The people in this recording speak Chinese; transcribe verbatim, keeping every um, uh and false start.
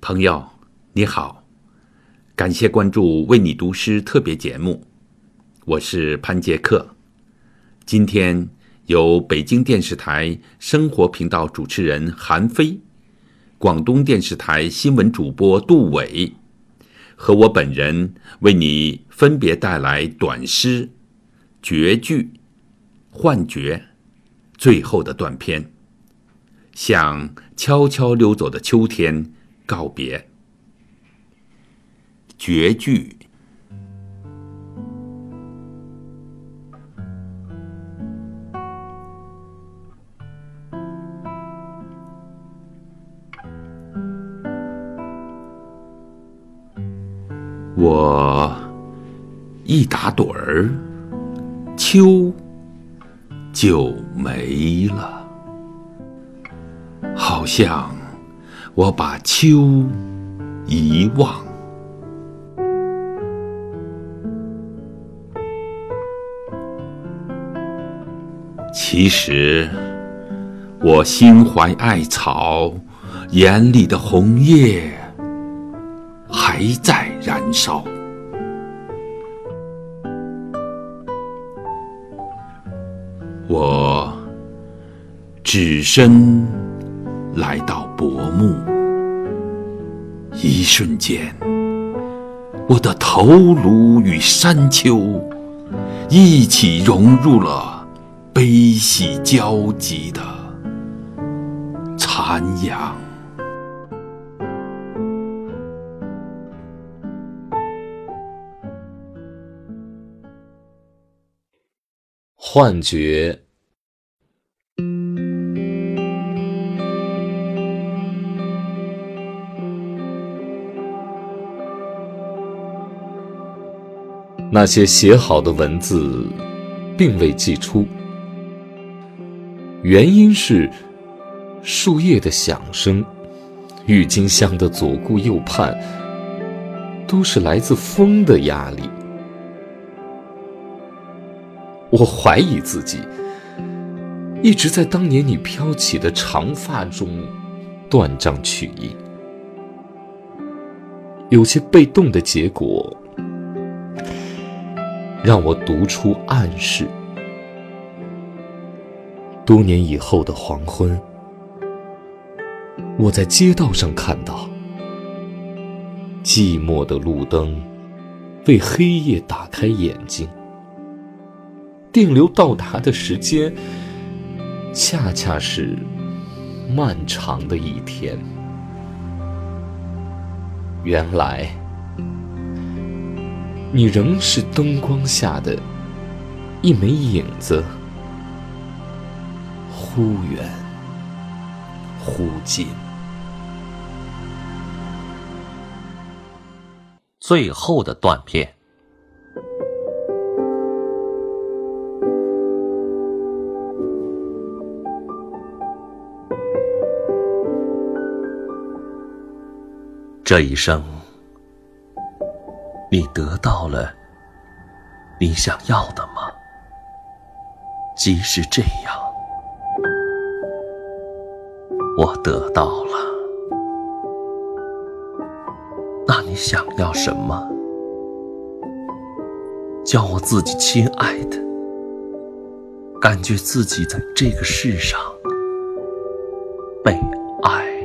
朋友，你好，感谢关注为你读诗特别节目，我是潘杰克。今天由北京电视台生活频道主持人韩飞，广东电视台新闻主播杜伟和我本人为你分别带来短诗、绝句、幻觉、最后的断片，向悄悄溜走的秋天告别。绝句。我一打盹儿，秋就没了，好像我把秋遗忘。其实我心怀爱草，眼里的红叶还在燃烧。我只身来到薄暮，一瞬间，我的头颅与山丘一起融入了悲喜交集的残阳。 幻觉。那些写好的文字并未寄出，原因是树叶的响声、郁金香的左顾右盼，都是来自风的压力。我怀疑自己一直在当年你飘起的长发中断章取义，有些被动的结果让我读出暗示。多年以后的黄昏，我在街道上看到寂寞的路灯为黑夜打开眼睛，电流到达的时间恰恰是漫长的一天。原来你仍是灯光下的一枚影子，忽远忽近。 最后的断片。这一生，你得到了你想要的吗？即使这样，我得到了。那你想要什么？叫我自己亲爱的，感觉自己在这个世上被爱。